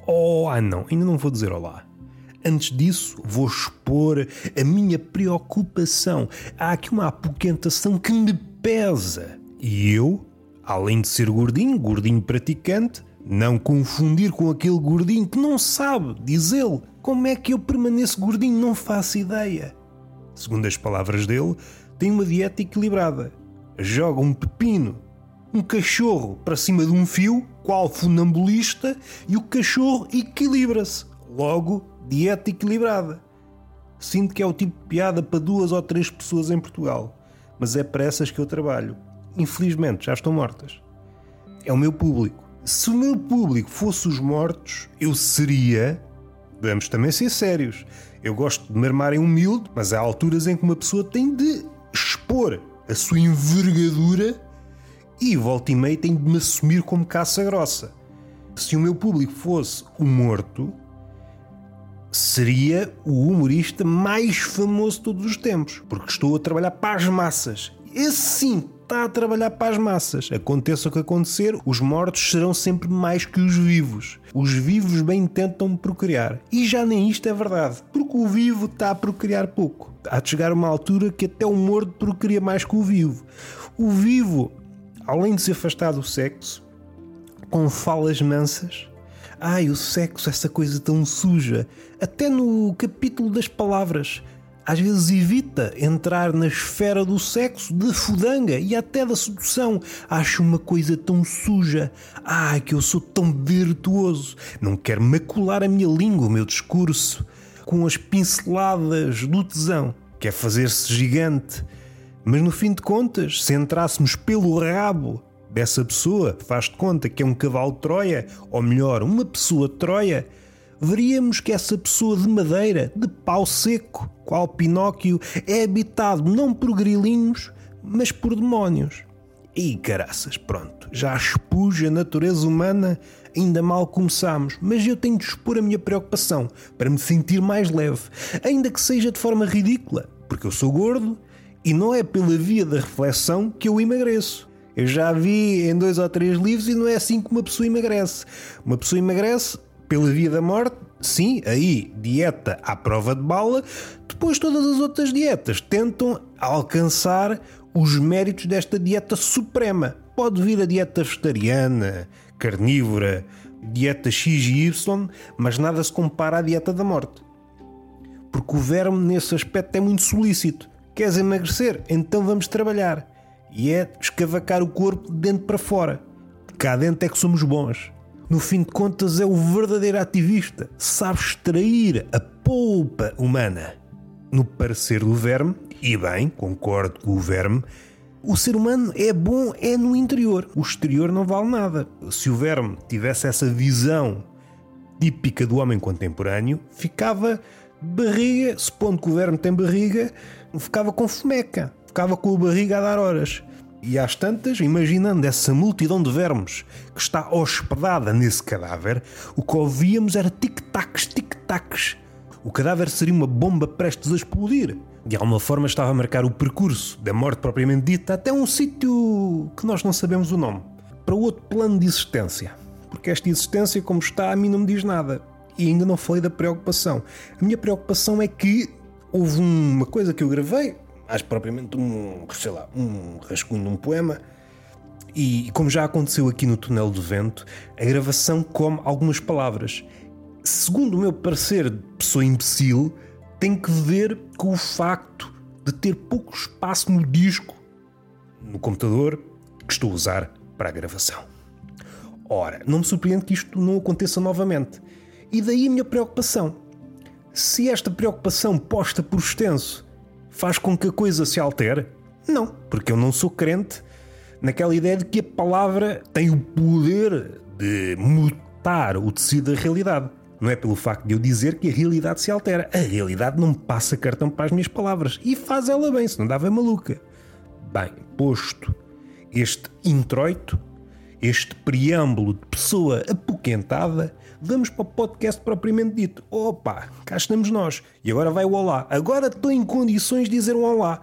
Não, ainda não vou dizer olá. Antes disso, vou expor a minha preocupação. Há aqui uma apoquentação que me pesa. E eu, além de ser gordinho praticante, não confundir com aquele gordinho que não sabe, diz ele. Como é que eu permaneço gordinho? Não faço ideia. Segundo as palavras dele, tem uma dieta equilibrada. Joga um pepino, um cachorro para cima de um fio, qual funambulista, e o cachorro equilibra-se. Logo, dieta equilibrada. Sinto que é o tipo de piada para 2 ou 3 pessoas em Portugal, mas é para essas que eu trabalho. Infelizmente já estão mortas. É o meu público. Se o meu público fosse os mortos, eu seria... Vamos também ser sérios. Eu gosto de me armar em humilde, mas há alturas em que uma pessoa tem de expor a sua envergadura e volta e meia tem de me assumir como caça grossa. Se o meu público fosse o morto, seria o humorista mais famoso de todos os tempos, porque estou a trabalhar para as massas. Esse sim está a trabalhar para as massas. Aconteça o que acontecer, os mortos serão sempre mais que os vivos. Os vivos bem tentam procriar. E já nem isto é verdade, porque o vivo está a procriar pouco. Há de chegar a uma altura que até o morto procria mais que o vivo. O vivo, além de se afastar do sexo, com falas mansas... o sexo, essa coisa tão suja. Até no capítulo das palavras. Às vezes evita entrar na esfera do sexo, da fudanga e até da sedução. Acho uma coisa tão suja. Que eu sou tão virtuoso. Não quero macular a minha língua, o meu discurso, com as pinceladas do tesão. Quer fazer-se gigante. Mas no fim de contas, se entrássemos pelo rabo dessa pessoa, faz de conta que é um cavalo de Troia, ou melhor, uma pessoa de Troia, veríamos que essa pessoa de madeira, de pau seco, qual Pinóquio, é habitado não por grilinhos, mas por demónios. E caraças, pronto, já expus a natureza humana, ainda mal começámos, mas eu tenho de expor a minha preocupação, para me sentir mais leve, ainda que seja de forma ridícula, porque eu sou gordo, e não é pela via da reflexão que eu emagreço. Eu já vi em 2 ou 3 livros e não é assim que uma pessoa emagrece. Uma pessoa emagrece pela via da morte, sim, aí dieta à prova de bala, depois todas as outras dietas tentam alcançar os méritos desta dieta suprema. Pode vir a dieta vegetariana, carnívora, dieta X e Y, mas nada se compara à dieta da morte. Porque o verme nesse aspecto é muito solícito. Queres emagrecer? Então vamos trabalhar. E é escavacar o corpo de dentro para fora. De cá dentro é que somos bons. No fim de contas é o verdadeiro ativista. Sabe extrair a polpa humana. No parecer do verme, e bem, concordo com o verme, o ser humano é bom no interior. O exterior não vale nada. Se o verme tivesse essa visão típica do homem contemporâneo, ficava de barriga, supondo que o verme tem barriga, ficava com fomeca. Ficava com a barriga a dar horas. E às tantas, imaginando essa multidão de vermes que está hospedada nesse cadáver, o que ouvíamos era tic-tacs, tic-tacs. O cadáver seria uma bomba prestes a explodir. De alguma forma estava a marcar o percurso da morte propriamente dita até um sítio que nós não sabemos o nome. Para outro plano de existência. Porque esta existência, como está, a mim não me diz nada. E ainda não falei da preocupação. A minha preocupação é que houve uma coisa que eu gravei, mais propriamente um rascunho de um poema, e como já aconteceu aqui no Túnel do Vento, a gravação come algumas palavras. Segundo o meu parecer de pessoa imbecil, tem que ver com o facto de ter pouco espaço no disco, no computador, que estou a usar para a gravação. Ora, não me surpreende que isto não aconteça novamente. E daí a minha preocupação. Se esta preocupação posta por extenso faz com que a coisa se altere? Não, porque eu não sou crente naquela ideia de que a palavra tem o poder de mutar o tecido da realidade. Não é pelo facto de eu dizer que a realidade se altera. A realidade não me passa cartão para as minhas palavras. E faz ela bem, se não dava maluca. Bem, posto este introito, este preâmbulo de pessoa apoquentada, vamos para o podcast propriamente dito. Opa, cá estamos nós. E agora vai o olá. Agora estou em condições de dizer um olá.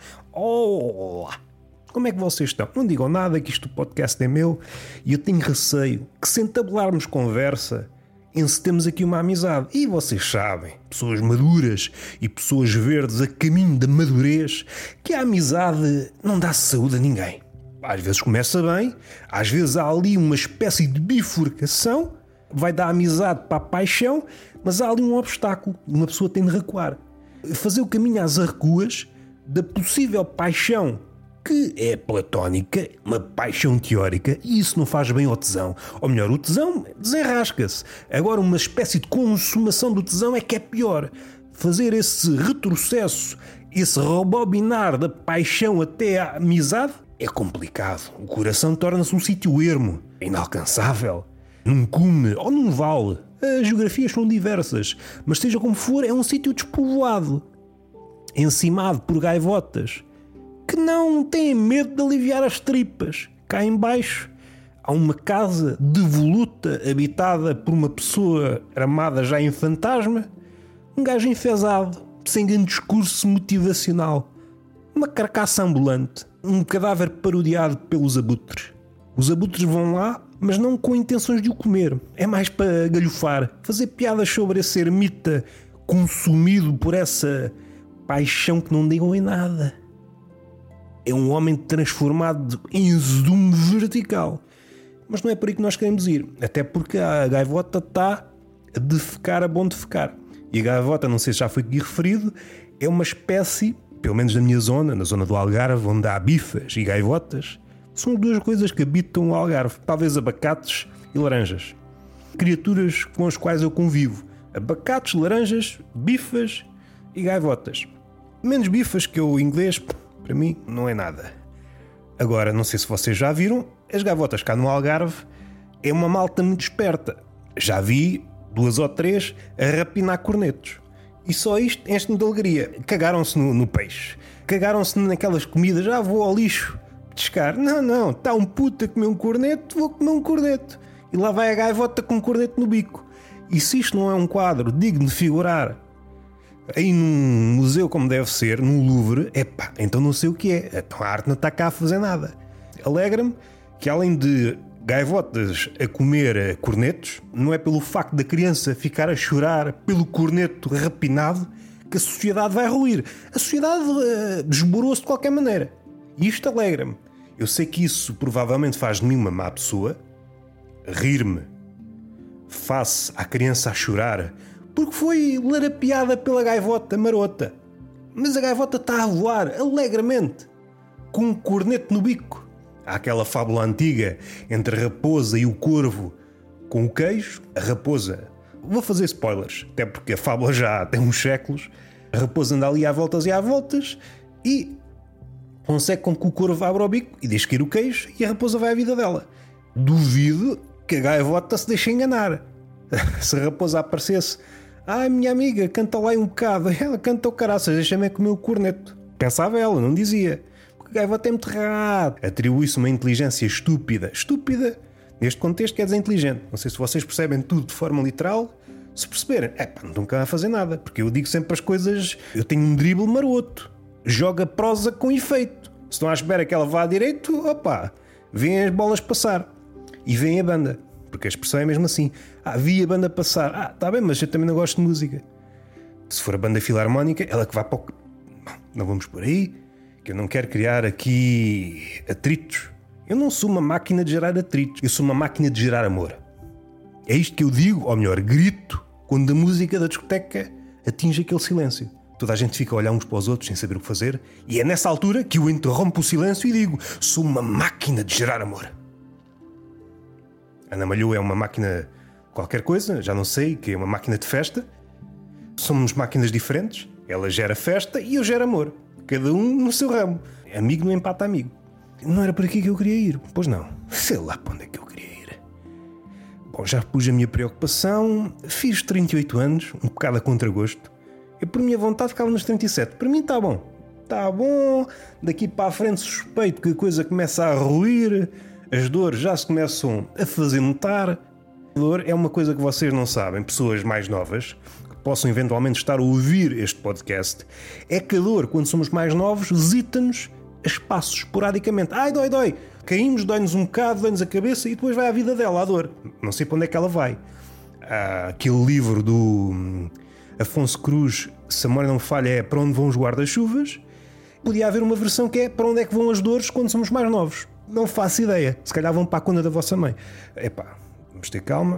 Olá. Como é que vocês estão? Não digam nada, que isto o podcast é meu. E eu tenho receio que, se entabularmos conversa, encetemos aqui uma amizade. E vocês sabem, pessoas maduras e pessoas verdes a caminho da madurez, que a amizade não dá saúde a ninguém. Às vezes começa bem, às vezes há ali uma espécie de bifurcação, vai da amizade para a paixão, mas há ali um obstáculo, uma pessoa tem de recuar. Fazer o caminho às arrecuas da possível paixão, que é platónica, uma paixão teórica, e isso não faz bem ao tesão. Ou melhor, o tesão desenrasca-se. Agora, uma espécie de consumação do tesão é que é pior. Fazer esse retrocesso, esse rebobinar da paixão até à amizade, é complicado. O coração torna-se um sítio ermo, inalcançável, num cume ou num vale. As geografias são diversas, mas seja como for, é um sítio despovoado, encimado por gaivotas, que não têm medo de aliviar as tripas. Cá em baixo há uma casa devoluta, habitada por uma pessoa armada já em fantasma, um gajo enfesado, sem grande discurso motivacional, uma carcaça ambulante, um cadáver parodiado pelos abutres. Os abutres vão lá, mas não com intenções de o comer. É mais para galhofar, fazer piadas sobre esse ermita consumido por essa paixão que não digam em nada. É um homem transformado em zoom vertical. Mas não é por aí que nós queremos ir. Até porque a gaivota está a defecar a bom defecar. E a gaivota, não sei se já foi aqui referido, é uma espécie, pelo menos na minha zona, na zona do Algarve, onde há bifas e gaivotas, são as duas coisas que habitam o Algarve. Talvez abacates e laranjas. Criaturas com as quais eu convivo. Abacates, laranjas, bifas e gaivotas. Menos bifas, que o inglês, para mim, não é nada. Agora, não sei se vocês já viram, as gaivotas cá no Algarve é uma malta muito esperta. Já vi 2 ou 3 a rapinar cornetos. E só isto enche-me de alegria. Cagaram-se no peixe. Cagaram-se naquelas comidas. Já vou ao lixo pescar. Não, está um puto a comer um corneto, vou comer um corneto. E lá vai a gaivota com um corneto no bico. E se isto não é um quadro digno de figurar aí num museu como deve ser, no Louvre, então não sei o que é. Então a arte não está cá a fazer nada. Alegra-me que, além de gaivotas a comer cornetos, não é pelo facto da criança ficar a chorar pelo corneto rapinado que a sociedade vai ruir. A sociedade desborou-se de qualquer maneira. E isto alegra-me. Eu sei que isso provavelmente faz de mim uma má pessoa, rir-me face à criança a chorar porque foi larapeada pela gaivota marota. Mas a gaivota está a voar alegremente, com um corneto no bico. Há aquela fábula antiga entre a raposa e o corvo com o queijo. A raposa... Vou fazer spoilers, até porque a fábula já tem uns séculos. A raposa anda ali à voltas e à voltas e consegue com que o corvo abra o bico e deixe cair o queijo e a raposa vai à vida dela. Duvido que a gaivota se deixe enganar. Se a raposa aparecesse... Ai, minha amiga, canta lá um bocado. Ela canta o caraças, deixa-me comer o corneto. Pensava ela, não dizia. Porque a gaivota é muito errado. Atribui-se uma inteligência estúpida. Estúpida, neste contexto, quer dizer inteligente. Não sei se vocês percebem tudo de forma literal. Se perceberem, não estão cá a fazer nada. Porque eu digo sempre as coisas... Eu tenho um drible maroto. Joga prosa com efeito. Se estão à espera que ela vá à direito, vêem as bolas passar. E vêem a banda. Porque a expressão é mesmo assim. Vi a banda passar. Está bem, mas eu também não gosto de música. Se for a banda filarmónica, ela que vai para o... Não vamos por aí, que eu não quero criar aqui atritos. Eu não sou uma máquina de gerar atritos. Eu sou uma máquina de gerar amor. É isto que eu digo, ou melhor, grito, quando a música da discoteca atinge aquele silêncio. Toda a gente fica a olhar uns para os outros sem saber o que fazer. E é nessa altura que eu interrompo o silêncio e digo: sou uma máquina de gerar amor. Ana Malhou é uma máquina qualquer coisa, já não sei, que é uma máquina de festa. Somos máquinas diferentes. Ela gera festa e eu gero amor. Cada um no seu ramo. Amigo não empata amigo. Não era por aqui que eu queria ir. Pois não. Sei lá para onde é que eu queria ir. Bom, já pus a minha preocupação. Fiz 38 anos, um bocado a contragosto. Eu, por minha vontade, ficava nos 37. Para mim está bom. Está bom. Daqui para a frente suspeito que a coisa começa a ruir. As dores já se começam a fazer notar. A dor é uma coisa que vocês não sabem, pessoas mais novas, que possam eventualmente estar a ouvir este podcast, é que a dor, quando somos mais novos, visita-nos a espaços, esporadicamente. Ai, dói. Caímos, dói-nos um bocado, dói-nos a cabeça e depois vai à vida dela, a dor. Não sei para onde é que ela vai. Há aquele livro do Afonso Cruz, se a memória não me falha, é Para Onde Vão os Guarda-Chuvas. Podia haver uma versão que é Para Onde é que vão as dores quando somos mais novos. Não faço ideia. Se calhar vão para a cona da vossa mãe. Epá, vamos ter calma.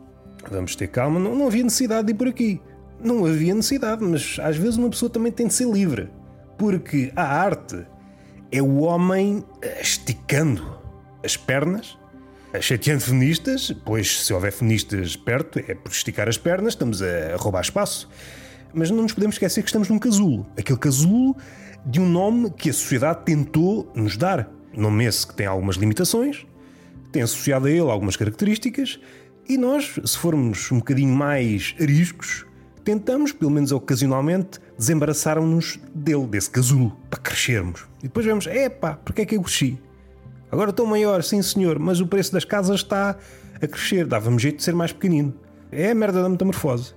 Não havia necessidade de ir por aqui. Não havia necessidade, mas às vezes uma pessoa também tem de ser livre. Porque a arte é o homem esticando as pernas, chateando feministas, pois se houver feministas perto é por esticar as pernas, estamos a roubar espaço. Mas não nos podemos esquecer que estamos num casulo. Aquele casulo de um nome que a sociedade tentou nos dar. Nome esse que tem algumas limitações, tem associado a ele algumas características, e nós, se formos um bocadinho mais ariscos, tentamos, pelo menos ocasionalmente, desembaraçar-nos dele, desse casulo, para crescermos. E depois vemos, porque é que eu cresci? Agora estou maior, sim senhor, mas o preço das casas está a crescer, dava-me jeito de ser mais pequenino. É a merda da metamorfose.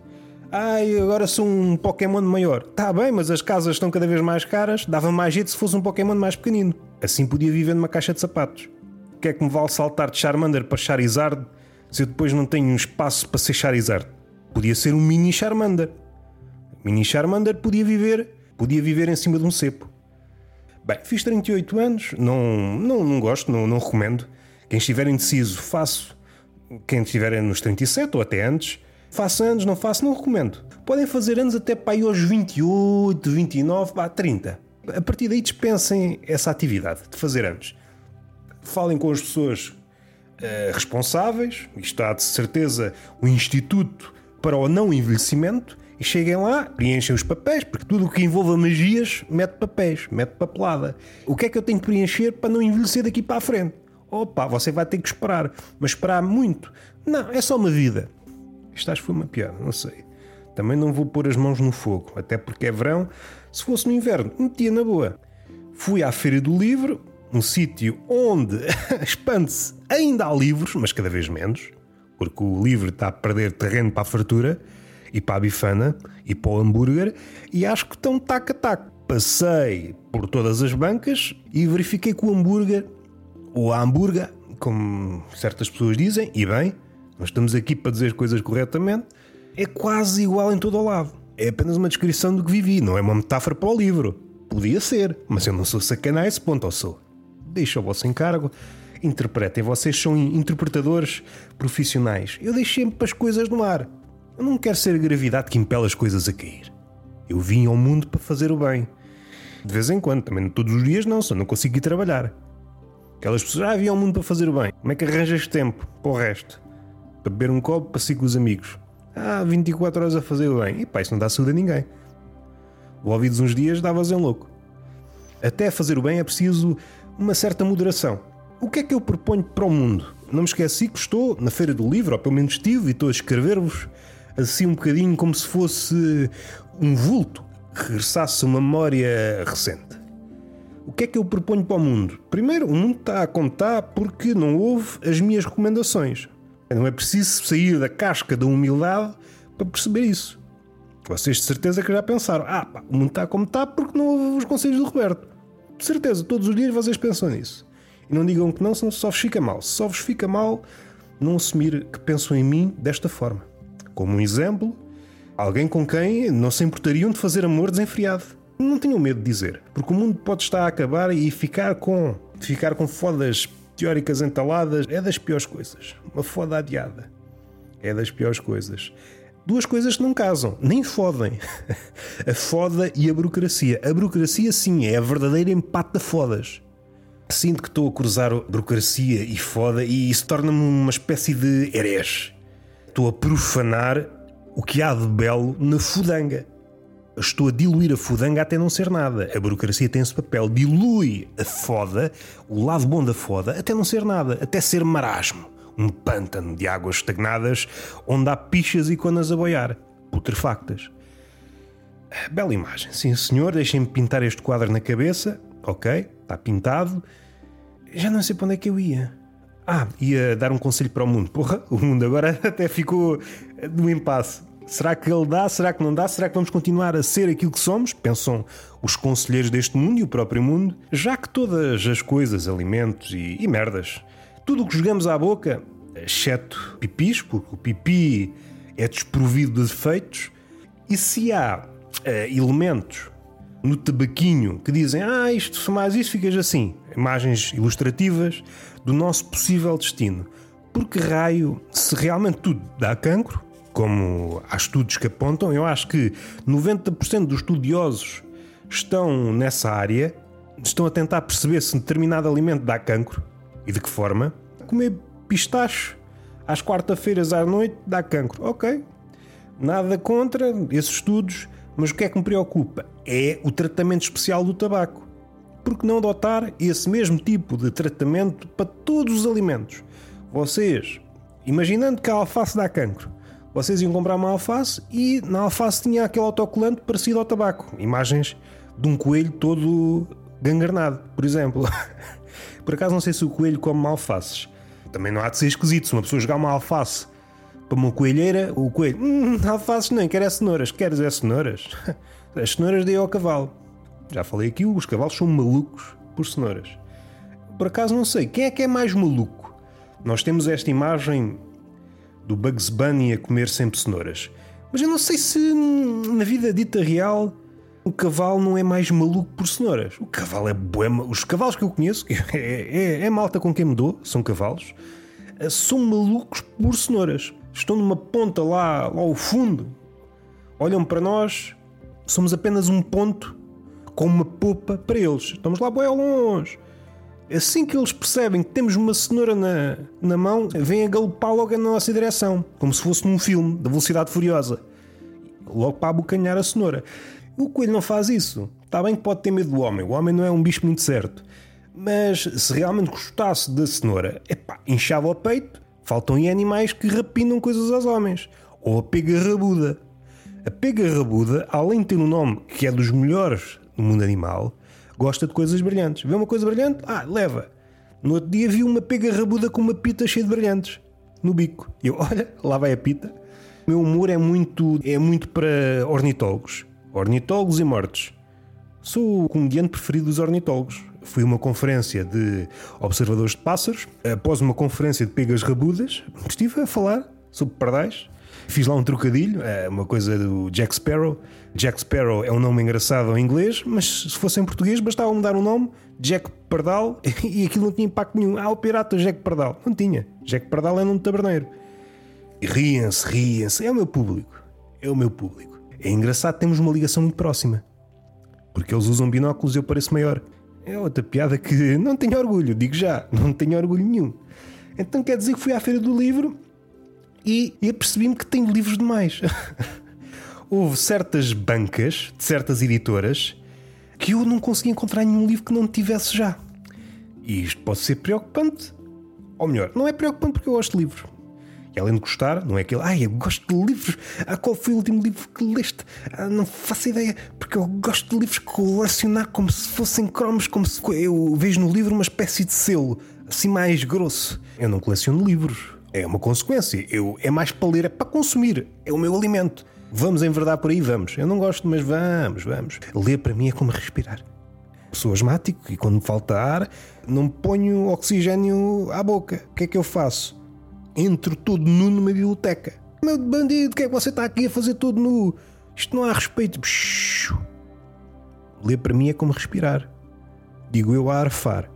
Agora sou um Pokémon maior. Está bem, mas as casas estão cada vez mais caras, dava mais jeito se fosse um Pokémon mais pequenino. Assim podia viver numa caixa de sapatos. O que é que me vale saltar de Charmander para Charizard se eu depois não tenho um espaço para ser Charizard? Podia ser um mini Charmander. Mini Charmander podia viver em cima de um cepo. Bem, fiz 38 anos, não gosto, não recomendo. Quem estiver indeciso, faço. Quem estiver nos 37 ou até antes, faço anos, não faço, não recomendo. Podem fazer anos até para aí aos 28, 29, 30. A partir daí dispensem essa atividade de fazer anos. Falem com as pessoas responsáveis, isto há de certeza o Instituto para o Não Envelhecimento, e cheguem lá, preenchem os papéis, porque tudo o que envolva magias mete papéis, mete papelada. O que é que eu tenho que preencher para não envelhecer daqui para a frente? Você vai ter que esperar, mas esperar muito. Não, é só uma vida. Isto acho que foi uma piada, não sei. Também não vou pôr as mãos no fogo, até porque é verão. Se fosse no inverno, metia na boa. Fui à Feira do Livro, um sítio onde, expande-se, ainda há livros, mas cada vez menos, porque o livro está a perder terreno para a fartura, e para a bifana, e para o hambúrguer, e acho que estão taco a taco. Passei por todas as bancas e verifiquei que o hambúrguer, ou a hambúrguer, como certas pessoas dizem, e bem, nós estamos aqui para dizer as coisas corretamente, é quase igual em todo o lado. É apenas uma descrição do que vivi, não é uma metáfora para o livro. Podia ser, mas eu não sou sacana a esse ponto, ou sou? Deixo ao vosso encargo, interpretem, vocês são interpretadores profissionais. Eu deixo sempre as coisas no ar. Eu não quero ser a gravidade que impele as coisas a cair. Eu vim ao mundo para fazer o bem. De vez em quando, também todos os dias não, só não consigo ir trabalhar. Aquelas pessoas, vim ao mundo para fazer o bem. Como é que arranjas tempo para o resto? Para beber um copo, para sair com os amigos. 24 horas a fazer o bem. E isso não dá saúde a ninguém. Ouvidos uns dias, dá-vos em louco. Até fazer o bem é preciso uma certa moderação. O que é que eu proponho para o mundo? Não me esqueci que estou na Feira do Livro, ou pelo menos estive, e estou a escrever-vos assim um bocadinho como se fosse um vulto que regressasse a uma memória recente. O que é que eu proponho para o mundo? Primeiro, o mundo está como está porque não houve as minhas recomendações. Não é preciso sair da casca da humildade para perceber isso. Vocês de certeza que já pensaram, o mundo está como está porque não houve os conselhos do Roberto. De certeza, todos os dias vocês pensam nisso. E não digam que não, senão só vos fica mal. Só vos fica mal não assumir que pensam em mim desta forma. Como um exemplo, alguém com quem não se importariam de fazer amor desenfreado. Não tenham medo de dizer, porque o mundo pode estar a acabar e ficar com fodas teóricas entaladas é das piores coisas. Uma foda adiada é das piores coisas. Duas coisas que não casam, nem fodem. A foda e a burocracia. A burocracia, sim, é a verdadeira empate de fodas. Sinto que estou a cruzar burocracia e foda e isso torna-me uma espécie de herege. Estou a profanar o que há de belo na fudanga. Estou a diluir a fudanga até não ser nada. A burocracia tem esse papel. Dilui a foda, o lado bom da foda, até não ser nada. Até ser marasmo. Um pântano de águas estagnadas onde há pichas e conas a boiar. Putrefactas. Bela imagem. Sim, senhor. Deixem-me pintar este quadro na cabeça. Ok, está pintado. Já não sei para onde é que eu ia. Ia dar um conselho para o mundo. Porra, o mundo agora até ficou no impasse. Será que ele dá? Será que não dá? Será que vamos continuar a ser aquilo que somos? Pensam os conselheiros deste mundo e o próprio mundo. Já que todas as coisas, alimentos e merdas, tudo o que jogamos à boca, exceto pipis, porque o pipi é desprovido de defeitos, e se há elementos no tabaquinho que dizem isto, se mais isso, ficas assim, imagens ilustrativas do nosso possível destino. Porque raio, se realmente tudo dá cancro, como há estudos que apontam, eu acho que 90% dos estudiosos estão nessa área, estão a tentar perceber se determinado alimento dá cancro e de que forma. Comer pistache às quarta-feiras à noite dá cancro. Ok, nada contra esses estudos, mas o que é que me preocupa é o tratamento especial do tabaco. Por que não adotar esse mesmo tipo de tratamento para todos os alimentos? Vocês, imaginando que a alface dá cancro, vocês iam comprar uma alface e na alface tinha aquele autocolante parecido ao tabaco. Imagens de um coelho todo gangrenado, por exemplo. Por acaso não sei se o coelho come alfaces. Também não há de ser esquisito. Se uma pessoa jogar uma alface para uma coelheira, o coelho, alfaces não, quer é cenouras. Queres é cenouras? As cenouras dei ao cavalo. Já falei aqui, os cavalos são malucos por cenouras. Por acaso não sei, quem é que é mais maluco? Nós temos esta imagem do Bugs Bunny a comer sempre cenouras. Mas eu não sei se na vida dita real o cavalo não é mais maluco por cenouras. O cavalo é bué. Os cavalos que eu conheço, é malta com quem me dou, são cavalos, são malucos por cenouras. Estão numa ponta lá ao fundo, olham para nós, somos apenas um ponto com uma popa para eles. Estamos lá bué ao longe. Assim que eles percebem que temos uma cenoura na mão, vêm a galopar logo na nossa direção, como se fosse num filme da Velocidade Furiosa, logo para abocanhar a cenoura. O coelho não faz isso. Está bem que pode ter medo do homem, o homem não é um bicho muito certo, mas se realmente gostasse da cenoura, inchava o peito. Faltam aí animais que rapinam coisas aos homens. Ou a pega rabuda. A pega rabuda, além de ter um nome que é dos melhores do mundo animal, gosta de coisas brilhantes. Vê uma coisa brilhante? Leva. No outro dia vi uma pega rabuda com uma pita cheia de brilhantes no bico. E eu, olha, lá vai a pita. O meu humor é muito para ornitólogos. Ornitólogos e mortos. Sou o comediante preferido dos ornitólogos. Fui a uma conferência de observadores de pássaros. Após uma conferência de pegas rabudas, estive a falar sobre pardais. Fiz lá um trocadilho, uma coisa do Jack Sparrow. Jack Sparrow é um nome engraçado em inglês, mas se fosse em português bastava mudar o nome, Jack Pardal, e aquilo não tinha impacto nenhum. O pirata Jack Pardal. Não tinha. Jack Pardal é nome de taberneiro. E riem-se. É o meu público. É engraçado, temos uma ligação muito próxima. Porque eles usam binóculos e eu pareço maior. É outra piada que não tenho orgulho, digo já, não tenho orgulho nenhum. Então quer dizer que fui à Feira do Livro e apercebi-me que tenho livros demais. Houve certas bancas de certas editoras que eu não consegui encontrar nenhum livro que não tivesse já. E isto pode ser preocupante. Ou melhor, não é preocupante porque eu gosto de livros. E além de gostar, não é aquele, eu gosto de livros. Qual foi o último livro que leste? Não faço ideia, porque eu gosto de livros colecionar como se fossem cromos, como se eu vejo no livro uma espécie de selo, assim mais grosso. Eu não coleciono livros, é uma consequência. É mais para ler, é para consumir, é o meu alimento. Vamos enverdar por aí, vamos. Eu não gosto, mas vamos. Ler para mim é como respirar. Sou asmático e quando me falta ar, não me ponho oxigênio à boca. O que é que eu faço? Entro todo nu numa biblioteca. Meu bandido, o que é que você está aqui a fazer todo nu? Isto não há respeito. Ler para mim é como respirar. Digo eu a arfar.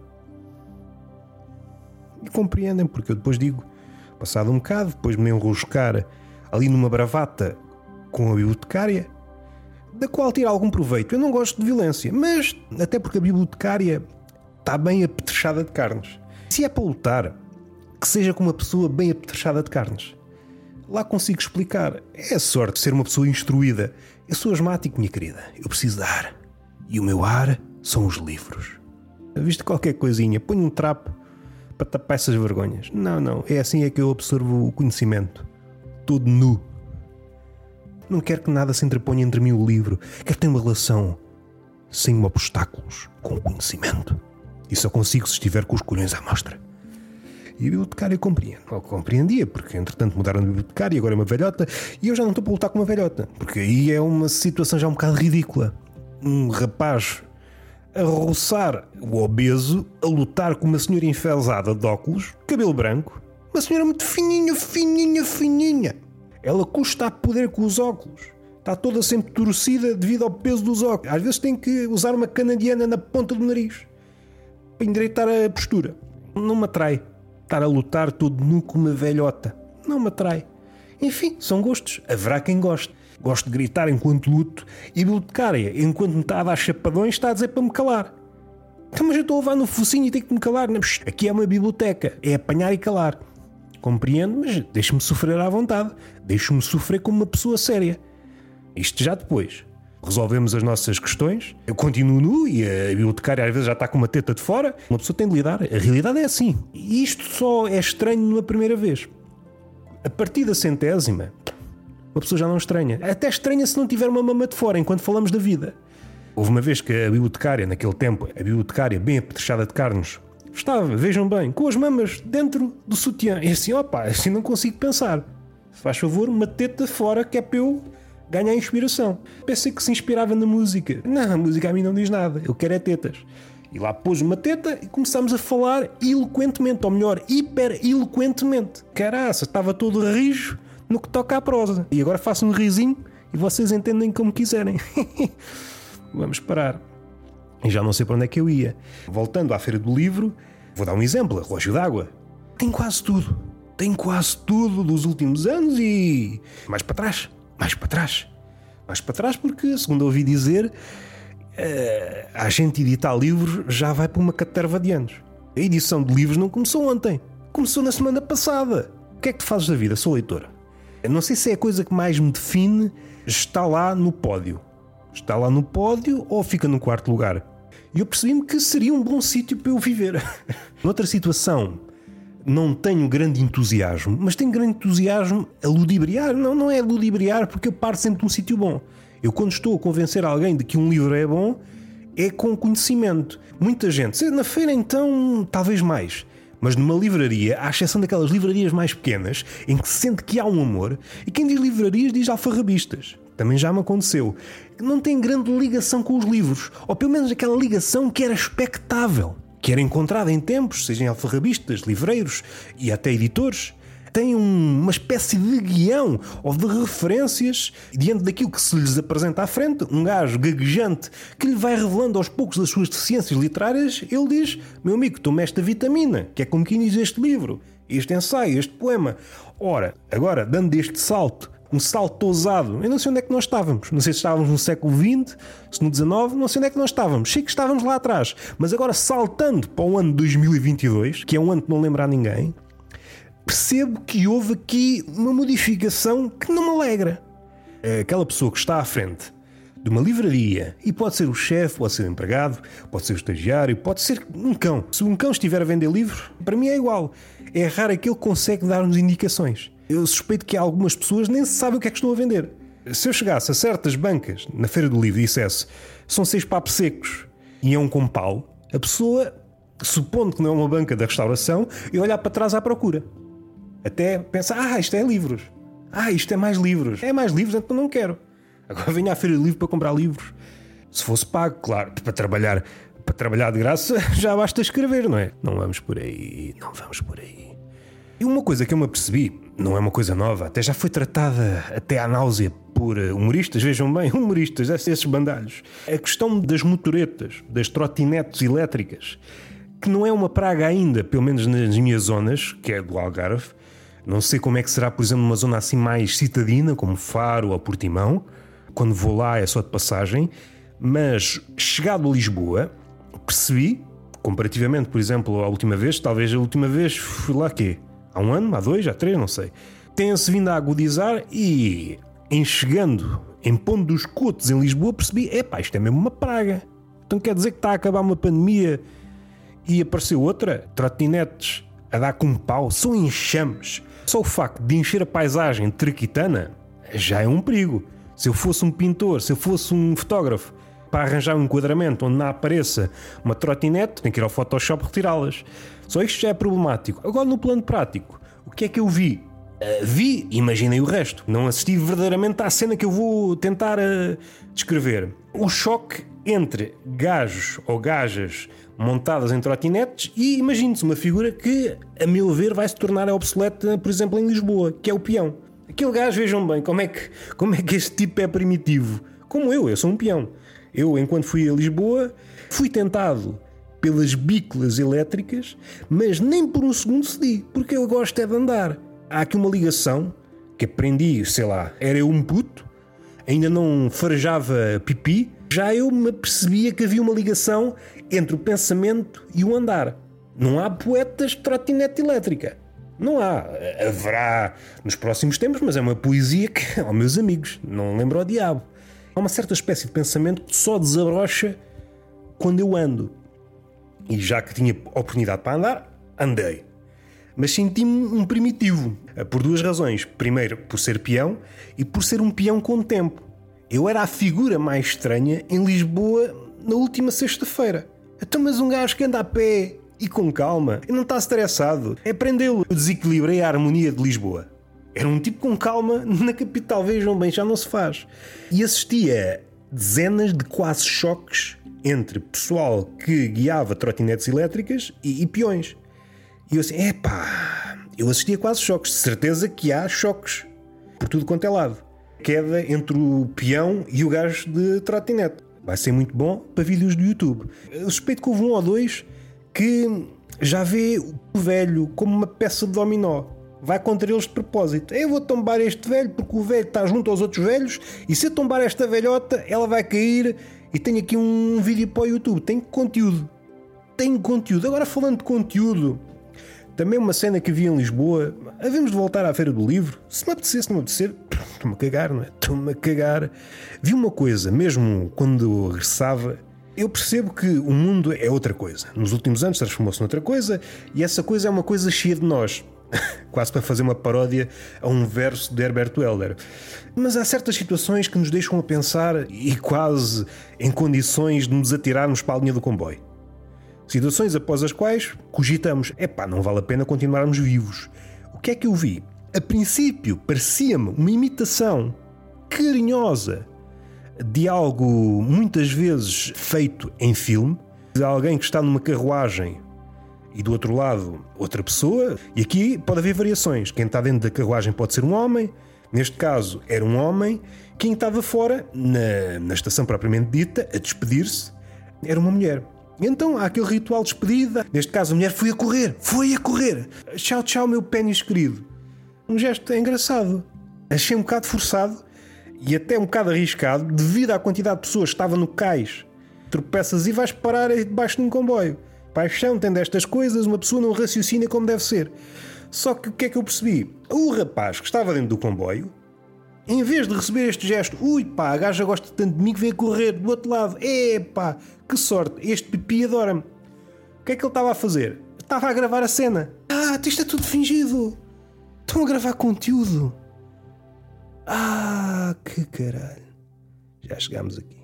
E compreendem, porque eu depois digo, passado um bocado, depois me enroscar ali numa bravata com a bibliotecária, da qual tiro algum proveito. Eu não gosto de violência, mas até porque a bibliotecária está bem apetrechada de carnes. Se é para lutar, que seja com uma pessoa bem apetrechada de carnes. Lá consigo explicar. É a sorte de ser uma pessoa instruída. Eu sou asmático, minha querida. Eu preciso de ar. E o meu ar são os livros. Viste qualquer coisinha, ponho um trapo para tapar essas vergonhas. Não. É assim que eu absorvo o conhecimento. Todo nu. Não quero que nada se interponha entre mim e o livro. Quero ter uma relação sem obstáculos com o conhecimento. E só consigo se estiver com os colhões à mostra. E a bibliotecária compreendia, porque entretanto mudaram de bibliotecária, agora é uma velhota, e eu já não estou para lutar com uma velhota, porque aí é uma situação já um bocado ridícula. Um rapaz a roçar o obeso, a lutar com uma senhora enfezada de óculos, cabelo branco, uma senhora muito fininha. Ela custa a poder com os óculos. Está toda sempre torcida devido ao peso dos óculos. Às vezes tem que usar uma canadiana na ponta do nariz para endireitar a postura. Não me atrai estar a lutar todo nu com uma velhota. Não me atrai. Enfim, são gostos. Haverá quem goste. Gosto de gritar enquanto luto e a bibliotecária, enquanto me está a dar chapadões, está a dizer para me calar. Então, mas eu estou a levar no focinho e tenho que me calar. Aqui é uma biblioteca. É apanhar e calar. Compreendo, mas deixe-me sofrer à vontade. Deixe-me sofrer como uma pessoa séria. Isto já depois. Resolvemos as nossas questões. Eu continuo nu e a bibliotecária às vezes já está com uma teta de fora. Uma pessoa tem de lidar. A realidade é assim. E isto só é estranho numa primeira vez. A partir da 100ª, uma pessoa já não estranha. Até estranha se não tiver uma mama de fora enquanto falamos da vida. Houve uma vez que a bibliotecária, naquele tempo, a bibliotecária bem apetrechada de carnes, estava, vejam bem, com as mamas dentro do sutiã. E assim, assim não consigo pensar. Se faz favor, uma teta fora que é para eu ganhar inspiração. Pensei que se inspirava na música. Não, a música a mim não diz nada. Eu quero é tetas. E lá pôs uma teta e começámos a falar eloquentemente, ou melhor, hiper-eloquentemente. Caraça, estava todo rijo no que toca à prosa. E agora faço um risinho e vocês entendem como quiserem. Vamos parar. E já não sei para onde é que eu ia. Voltando à Feira do Livro, vou dar um exemplo, a Relógio d'Água. Tem quase tudo. Tem quase tudo dos últimos anos e mais para trás. Mais para trás. Mais para trás porque, segundo ouvi dizer, a gente editar livros já vai para uma caterva de anos. A edição de livros não começou ontem. Começou na semana passada. O que é que tu fazes da vida? Sou leitor. Eu não sei se é a coisa que mais me define. Está lá no pódio. Está lá no pódio ou fica no quarto lugar? E eu percebi-me que seria um bom sítio para eu viver. Noutra situação, não tenho grande entusiasmo, mas tenho grande entusiasmo a ludibriar. Não é ludibriar porque eu paro sempre de um sítio bom. Eu, quando estou a convencer alguém de que um livro é bom, é com conhecimento. Muita gente, na feira então, talvez mais, mas numa livraria, à exceção daquelas livrarias mais pequenas, em que se sente que há um amor, e quem diz livrarias diz alfarrabistas. Também já me aconteceu. Não tem grande ligação com os livros, ou pelo menos aquela ligação que era expectável, que era encontrada em tempos, sejam alfarrabistas, livreiros e até editores. Tem uma espécie de guião ou de referências diante daquilo que se lhes apresenta à frente. Um gajo gaguejante que lhe vai revelando aos poucos as suas deficiências literárias. Ele diz: meu amigo, toma esta vitamina, que é como quem diz este livro, este ensaio, este poema. Ora, agora, dando este salto, um salto ousado, eu não sei onde é que nós estávamos. Não sei se estávamos no século XX, se no XIX, não sei onde é que nós estávamos. Sei que estávamos lá atrás. Mas agora, saltando para o ano de 2022, que é um ano que não lembra a ninguém, percebo que houve aqui uma modificação que não me alegra. Aquela pessoa que está à frente de uma livraria, e pode ser o chefe, pode ser o empregado, pode ser o estagiário, pode ser um cão. Se um cão estiver a vender livros, para mim é igual. É raro aquele que consegue dar-nos indicações. Eu suspeito que há algumas pessoas nem sabem o que é que estão a vender. Se eu chegasse a certas bancas na Feira do Livro e dissesse são 6 papos secos e é um com pau, a pessoa, supondo que não é uma banca da restauração, ia olhar para trás à procura. Até pensar, isto é livros. Isto é mais livros. É mais livros, então não quero. Agora venho à Feira do Livro para comprar livros. Se fosse pago, claro, para trabalhar de graça já basta escrever, não é? Não vamos por aí. E uma coisa que eu me apercebi, não é uma coisa nova, até já foi tratada até à náusea por humoristas, vejam bem, humoristas, esses bandalhos. A questão das motoretas, das trotinetes elétricas, que não é uma praga ainda, pelo menos nas minhas zonas, que é do Algarve. Não sei como é que será, por exemplo, numa zona assim mais citadina, como Faro ou Portimão. Quando vou lá é só de passagem. Mas, chegado a Lisboa, percebi, comparativamente, por exemplo, à última vez, talvez a última vez fui lá quê? Há 1 ano? Há 2? Há 3? Não sei. Tem-se vindo a agudizar e, em chegando, em pondo dos cotos em Lisboa, percebi, isto é mesmo uma praga. Então quer dizer que está a acabar uma pandemia e apareceu outra? Trotinetes a dar com um pau, são enxames. Só o facto de encher a paisagem de traquitana já é um perigo. Se eu fosse um pintor, se eu fosse um fotógrafo, para arranjar um enquadramento onde não apareça uma trotinete, tenho que ir ao Photoshop retirá-las. Só isto já é problemático. Agora, no plano prático, o que é que eu vi? Vi, imaginei o resto. Não assisti verdadeiramente à cena que eu vou tentar descrever. O choque entre gajos ou gajas montadas em trotinetes e imagine-se uma figura que, a meu ver, vai se tornar obsoleta, por exemplo, em Lisboa, que é o peão. Aquele gajo, vejam bem, como é que este tipo é primitivo. Como eu sou um peão. Eu, enquanto fui a Lisboa, fui tentado pelas biclas elétricas, mas nem por um segundo cedi, porque eu gosto é de andar. Há aqui uma ligação que aprendi, sei lá, era eu um puto, ainda não farejava pipi, já eu me percebia que havia uma ligação entre o pensamento e o andar. Não há poetas de trotinete elétrica. Não há. Haverá nos próximos tempos, mas é uma poesia que, meus amigos, não lembro ao diabo. Há uma certa espécie de pensamento que só desabrocha quando eu ando. E já que tinha oportunidade para andar, andei. Mas senti-me um primitivo. Por duas razões. Primeiro, por ser peão e por ser um peão com tempo. Eu era a figura mais estranha em Lisboa na última sexta-feira. Então, mas um gajo que anda a pé e com calma e não está estressado. É prendê-lo. Eu desequilibrei a harmonia de Lisboa. Era um tipo com calma na capital, vejam bem, já não se faz. E assistia a dezenas de quase choques entre pessoal que guiava trotinetes elétricas e peões. E eu assim, eu assistia a quase choques. De certeza que há choques por tudo quanto é lado. Queda entre o peão e o gajo de trotinete. Vai ser muito bom para vídeos do YouTube. Eu suspeito que houve um ou dois que já vê o velho como uma peça de dominó. Vai contra eles de propósito. Eu vou tombar este velho porque o velho está junto aos outros velhos e se eu tombar esta velhota, ela vai cair e tenho aqui um vídeo para o YouTube. Tenho conteúdo. Agora, falando de conteúdo, também uma cena que vi em Lisboa, havemos de voltar à Feira do Livro. Se me apetecer, estou-me a cagar, não é? Estou-me a cagar. Vi uma coisa, mesmo quando eu regressava, eu percebo que o mundo é outra coisa. Nos últimos anos transformou-se noutra coisa e essa coisa é uma coisa cheia de nós. Quase para fazer uma paródia a um verso de Herbert Welder. Mas há certas situações que nos deixam a pensar e quase em condições de nos atirarmos para a linha do comboio. Situações após as quais cogitamos, não vale a pena continuarmos vivos. O que é que eu vi? A princípio parecia-me uma imitação carinhosa de algo muitas vezes feito em filme, de alguém que está numa carruagem e do outro lado outra pessoa, e aqui pode haver variações. Quem está dentro da carruagem pode ser um homem, neste caso era um homem, quem estava fora, na estação propriamente dita, a despedir-se, era uma mulher. Então há aquele ritual de despedida, neste caso a mulher foi a correr, tchau, tchau meu pênis querido. Um gesto engraçado, achei um bocado forçado e até um bocado arriscado, devido à quantidade de pessoas que estavam no cais. Tropeças e vais parar debaixo de um comboio. Paixão tem destas coisas, uma pessoa não raciocina como deve ser. Só que o que é que eu percebi? O rapaz que estava dentro do comboio, em vez de receber este gesto, a gaja gosta tanto de mim que vem a correr do outro lado, que sorte, este pipi adora-me. O que é que ele estava a fazer? Estava a gravar a cena. Isto é tudo fingido. Estão a gravar conteúdo. Que caralho. Já chegámos aqui.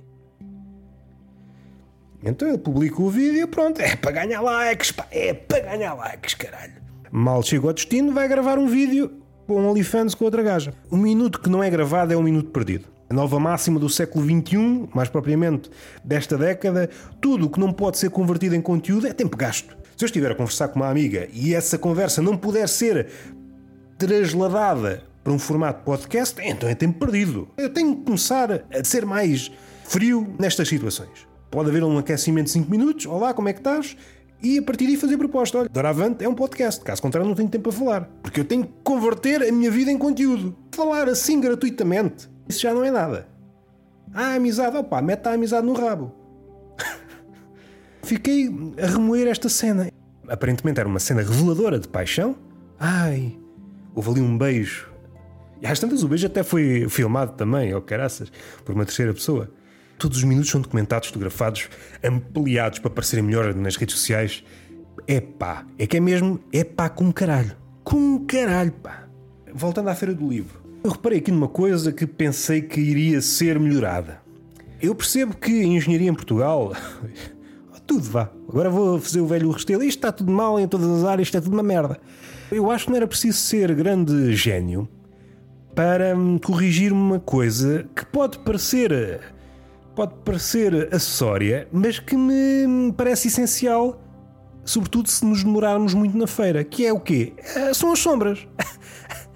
Então ele publica o vídeo e pronto, é para ganhar likes, caralho. Mal chega ao destino, vai gravar um vídeo com um OnlyFans com outra gaja. Um minuto que não é gravado é um minuto perdido. A nova máxima do século XXI, mais propriamente desta década, tudo o que não pode ser convertido em conteúdo é tempo gasto. Se eu estiver a conversar com uma amiga e essa conversa não puder ser trasladada para um formato podcast, então é tempo perdido. Eu tenho que começar a ser mais frio nestas situações. Pode haver um aquecimento de 5 minutos. Olá, como é que estás? E a partir daí fazer proposta. Olha, doravante é um podcast. Caso contrário, não tenho tempo a falar. Porque eu tenho que converter a minha vida em conteúdo. Falar assim gratuitamente, isso já não é nada. Amizade. Mete a amizade no rabo. Fiquei a remoer esta cena. Aparentemente era uma cena reveladora de paixão. Houve ali um beijo. E às tantas o beijo até foi filmado também, caraças, por uma terceira pessoa. Todos os minutos são documentados, fotografados, ampliados para parecerem melhor nas redes sociais. É que é mesmo, com caralho. Com caralho, Voltando à Feira do Livro. Eu reparei aqui numa coisa que pensei que iria ser melhorada. Eu percebo que a engenharia em Portugal... tudo vá. Agora vou fazer o velho Restelo. Isto está tudo mal em todas as áreas, isto é tudo uma merda. Eu acho que não era preciso ser grande gênio para corrigir uma coisa que pode parecer acessória, mas que me parece essencial, sobretudo se nos demorarmos muito na feira, que é o quê? São as sombras.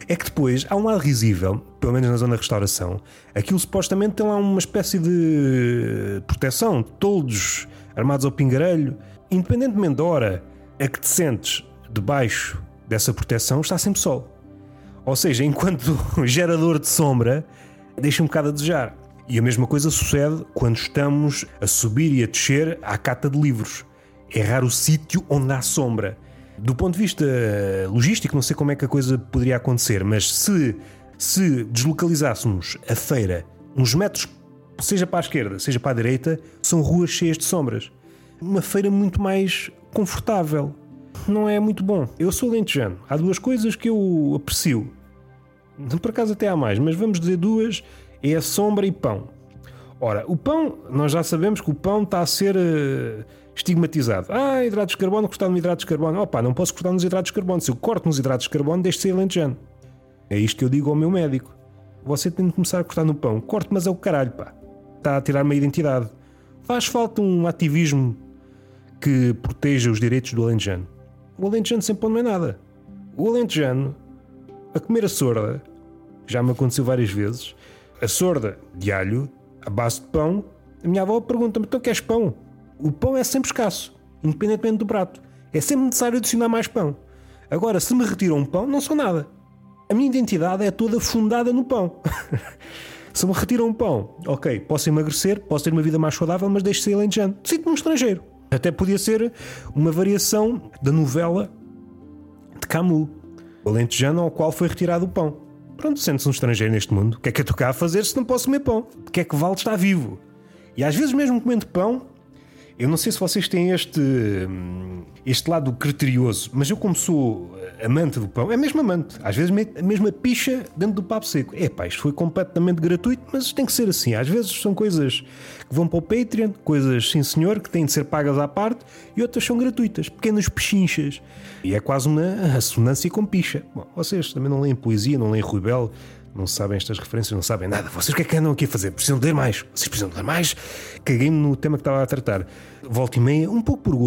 É que depois há um lado risível, pelo menos na zona de restauração. Aquilo supostamente tem lá uma espécie de proteção, toldos armados ao pingarelho. Independentemente da hora a que te sentes debaixo dessa proteção, está sempre sol. Ou seja, enquanto gerador de sombra, deixa um bocado a desejar. E a mesma coisa sucede quando estamos a subir e a descer à cata de livros. É raro o sítio onde há sombra. Do ponto de vista logístico, não sei como é que a coisa poderia acontecer, mas se deslocalizássemos a feira uns metros, seja para a esquerda, seja para a direita, são ruas cheias de sombras. Uma feira muito mais confortável. Não é muito bom. Eu sou alentejano. Há duas coisas que eu aprecio. Por acaso até há mais, mas vamos dizer duas. É a sombra e pão. Ora, o pão, nós já sabemos que o pão está a ser estigmatizado. Hidratos de carbono, cortar no hidratos de carbono. Opa, não posso cortar nos hidratos de carbono. Se eu corto nos hidratos de carbono, deixo de ser alentejano. É isto que eu digo ao meu médico. Você tem de começar a cortar no pão. Corte, mas é o caralho, pá. Está a tirar-me a identidade. Faz falta um ativismo que proteja os direitos do alentejano. O alentejano sem pão não é nada. O alentejano, a comer a sorda, já me aconteceu várias vezes, a sorda de alho, à base de pão, a minha avó pergunta-me, então queres pão? O pão é sempre escasso, independentemente do prato. É sempre necessário adicionar mais pão. Agora, se me retiram um pão, não sou nada. A minha identidade é toda fundada no pão. Se me retiram um pão, ok, posso emagrecer, posso ter uma vida mais saudável, mas deixo de ser alentejano. Sinto-me um estrangeiro. Até podia ser uma variação da novela de Camus, o alentejano ao qual foi retirado o pão. Pronto, sente-se um estrangeiro neste mundo. O que é que eu estou cá a fazer se não posso comer pão? O que é que vale estar vivo? E às vezes mesmo comendo pão, eu não sei se vocês têm este lado criterioso, mas eu como sou amante do pão, é mesmo amante. Às vezes a mesma picha dentro do papo seco. Isto foi completamente gratuito, mas tem que ser assim. Às vezes são coisas que vão para o Patreon, coisas, sim senhor, que têm de ser pagas à parte, e outras são gratuitas, pequenas pechinchas. E é quase uma assonância com picha. Bom, vocês também não leem poesia, não leem Rui Belo, não sabem estas referências, não sabem nada. Vocês o que é que andam aqui a fazer? Precisam de ler mais. Vocês precisam de ler mais. Caguei-me no tema que estava a tratar. Volta e meia, um pouco por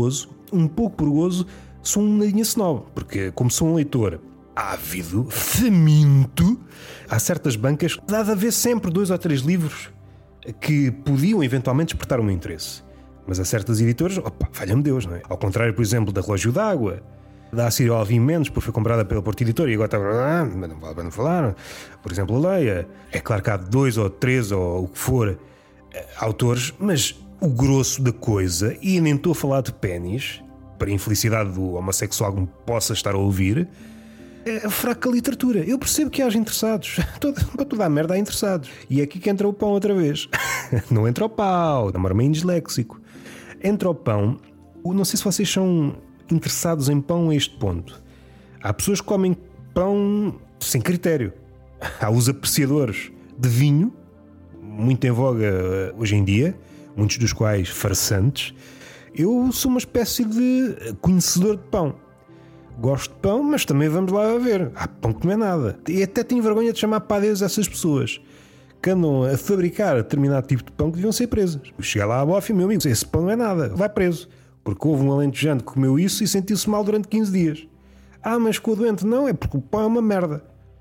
gozo, sou um nadinha snob, porque como sou um leitor ávido, faminto, há certas bancas que dá de haver sempre 2 ou 3 livros que podiam eventualmente despertar o meu interesse. Mas há certas editoras, valha-me Deus, não é? Ao contrário, por exemplo, da Relógio d'Água, da Assírio Alvim Mendes, porque foi comprada pela Porta Editora e agora está... mas não vale para não falar. Por exemplo, a Leia. É claro que há 2 ou 3 ou o que for autores, mas o grosso da coisa, e nem estou a falar de pénis, para a infelicidade do homossexual que me possa estar a ouvir, é fraca literatura. Eu percebo que haja interessados. Para toda a merda há interessados. E é aqui que entra o pão outra vez. Não entra o pau, dá-me meio disléxico. Entra o pão. Não sei se vocês são interessados em pão a este ponto. Há pessoas que comem pão sem critério. Há os apreciadores de vinho, muito em voga hoje em dia, muitos dos quais farsantes. Eu sou uma espécie de conhecedor de pão. Gosto de pão, mas também vamos lá a ver. Há pão que não é nada. E até tenho vergonha de chamar padeiros essas pessoas que andam a fabricar determinado tipo de pão que deviam ser presas. Chegar lá à bofe, meu amigo, esse pão não é nada, vai preso. Porque houve um alentejano que comeu isso e sentiu-se mal durante 15 dias. Mas ficou doente. Não, é porque o pão é uma merda.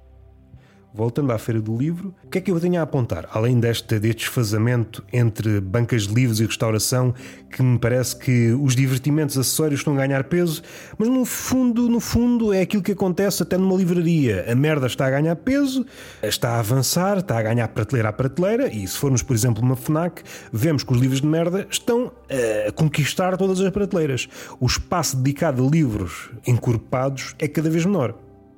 Voltando à Feira do Livro, o que é que eu tenho a apontar? Além deste desfazamento entre bancas de livros e restauração, que me parece que os divertimentos acessórios estão a ganhar peso, mas no fundo é aquilo que acontece até numa livraria. A merda está a ganhar peso, está a avançar, está a ganhar prateleira a prateleira, e se formos, por exemplo, uma FNAC, vemos que os livros de merda estão a conquistar todas as prateleiras. O espaço dedicado a livros encorpados é cada vez menor.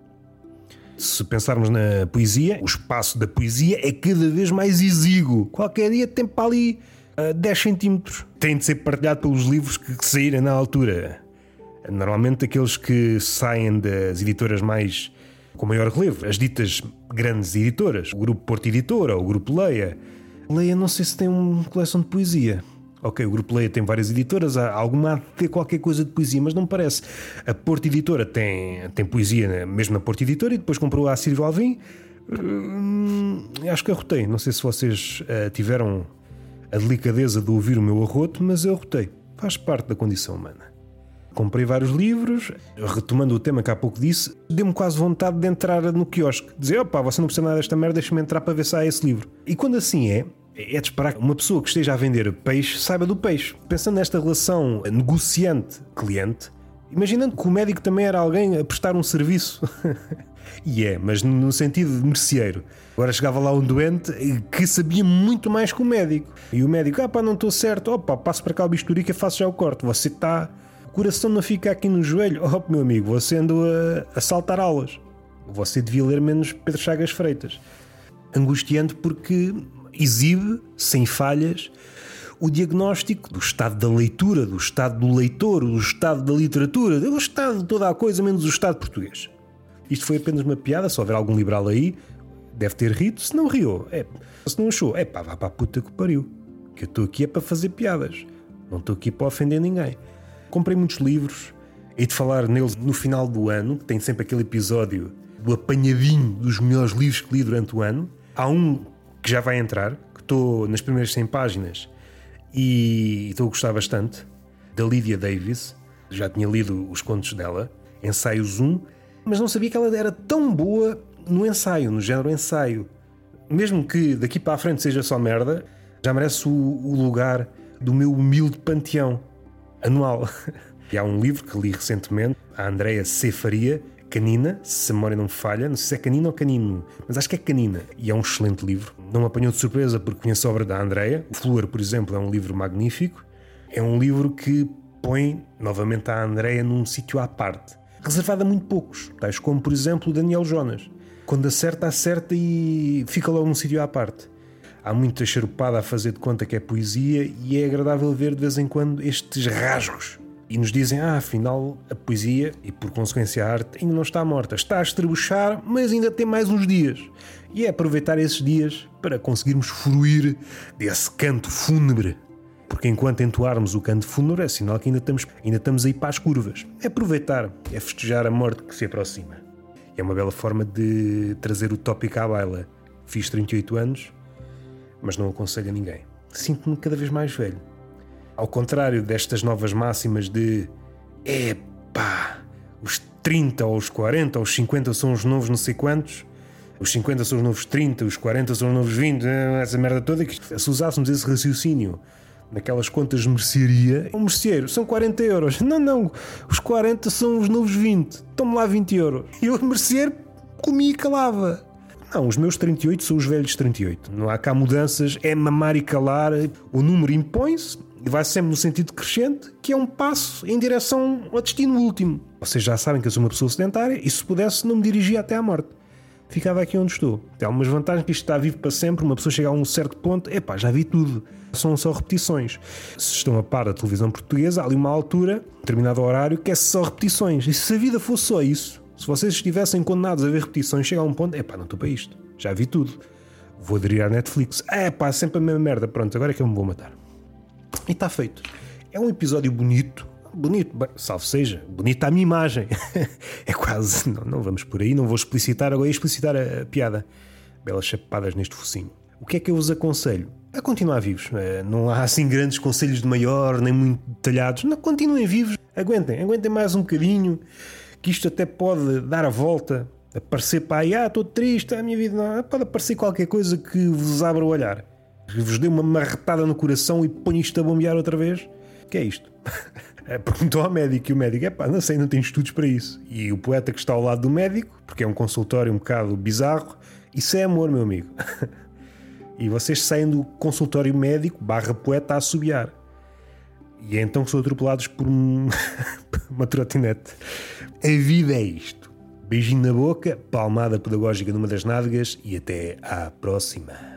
Se pensarmos na poesia, o espaço da poesia é cada vez mais exíguo. Qualquer dia tem para ali 10 centímetros. Tem de ser partilhado pelos livros que saírem na altura. Normalmente aqueles que saem das editoras mais com maior relevo, as ditas grandes editoras, o Grupo Porta Editora, o Grupo Leia. Leia não sei se tem uma coleção de poesia. Ok, o Grupo Leia tem várias editoras, alguma há de ter qualquer coisa de poesia, mas não me parece. A Porta Editora tem poesia mesmo na Porta Editora e depois comprou a Assírio Alvim. Acho que arrotei. Não sei se vocês tiveram a delicadeza de ouvir o meu arroto, mas eu arrotei. Faz parte da condição humana. Comprei vários livros, retomando o tema que há pouco disse, deu-me quase vontade de entrar no quiosque. Dizer, opá, você não precisa nada desta merda, deixa-me entrar para ver se há esse livro. E quando assim é de esperar que uma pessoa que esteja a vender peixe saiba do peixe. Pensando nesta relação negociante-cliente, imaginando que o médico também era alguém a prestar um serviço. Mas no sentido de merceeiro. Agora chegava lá um doente que sabia muito mais que o médico. E o médico, não estou certo, passo para cá o bisturi que eu faço já o corte. Você está... O coração não fica aqui no joelho. Meu amigo, você andou a saltar aulas. Você devia ler menos Pedro Chagas Freitas. Angustiante porque exibe, sem falhas, o diagnóstico do estado da leitura, do estado do leitor, do estado da literatura, do estado de toda a coisa, menos o estado português. Isto foi apenas uma piada, se houver algum liberal aí, deve ter rido, se não riu. Se não achou, vá para a puta que pariu. Que eu estou aqui para fazer piadas. Não estou aqui para ofender ninguém. Comprei muitos livros, hei de falar neles no final do ano, que tem sempre aquele episódio do apanhadinho dos melhores livros que li durante o ano. Há um que já vai entrar, que estou nas primeiras 100 páginas e estou a gostar bastante, da Lydia Davis. Já tinha lido os contos dela, Ensaios 1, mas não sabia que ela era tão boa no ensaio, no género ensaio. Mesmo que daqui para a frente seja só merda, já merece o lugar do meu humilde panteão anual. E há um livro que li recentemente, a Andreia C. Faria, Canina, se a memória não me falha, não sei se é Canina ou Canino, mas acho que é Canina, e é um excelente livro. Não me apanhou de surpresa porque conheço a obra da Andreia. O Flúor, por exemplo, é um livro magnífico. É um livro que põe novamente a Andreia num sítio à parte, reservado a muito poucos, tais como, por exemplo, o Daniel Jonas. Quando acerta e fica logo num sítio à parte. Há muita charupada a fazer de conta que é poesia e é agradável ver de vez em quando estes rasgos. E nos dizem, afinal, a poesia e, por consequência, a arte ainda não está morta. Está a estrebuchar, mas ainda tem mais uns dias. E é aproveitar esses dias para conseguirmos fruir desse canto fúnebre. Porque enquanto entoarmos o canto fúnebre, é sinal que ainda estamos aí para as curvas. É aproveitar, é festejar a morte que se aproxima. É uma bela forma de trazer o tópico à baila. Fiz 38 anos, mas não aconselho a ninguém. Sinto-me cada vez mais velho. Ao contrário destas novas máximas de os 30 ou os 40 ou os 50 são os novos não sei quantos, os 50 são os novos 30, os 40 são os novos 20, essa merda toda, que se usássemos esse raciocínio naquelas contas de mercearia, um merceeiro são 40 euros. Não, os 40 são os novos 20, tome lá 20 euros. E o merceeiro comia e calava. Não, os meus 38 são os velhos 38. Não há cá mudanças, é mamar e calar. O número impõe-se e vai sempre no sentido crescente, que é um passo em direção ao destino último. Vocês já sabem que eu sou uma pessoa sedentária e se pudesse não me dirigia até à morte. Ficava aqui onde estou. Tem algumas vantagens que isto está vivo para sempre. Uma pessoa chega a um certo ponto, já vi tudo. São só repetições. Se estão a par da televisão portuguesa, há ali uma altura, determinado horário, que é só repetições. E se a vida fosse só isso, se vocês estivessem condenados a ver repetições, chega a um ponto, não estou para isto. Já vi tudo. Vou aderir à Netflix. Sempre a mesma merda. Pronto, agora é que eu me vou matar. E está feito. É um episódio bonito, salvo seja, bonito à minha imagem. É quase, não vamos por aí, não vou explicitar, agora explicitar a piada. Belas chapadas neste focinho. O que é que eu vos aconselho? A continuar vivos. Não há assim grandes conselhos de maior, nem muito detalhados. Não, continuem vivos, aguentem mais um bocadinho, que isto até pode dar a volta, aparecer para aí, estou triste, a minha vida não. Pode aparecer qualquer coisa que vos abra o olhar, que vos dê uma marretada no coração e ponha isto a bombear outra vez. O que é isto? Perguntou ao médico, e o médico, não sei, não tem estudos para isso. E o poeta que está ao lado do médico, porque é um consultório um bocado bizarro, isso é amor, meu amigo. E vocês saem do consultório médico / poeta a assobiar. E é então que são atropelados por uma trotinete. A vida é isto. Beijinho na boca, palmada pedagógica numa das nádegas e até à próxima.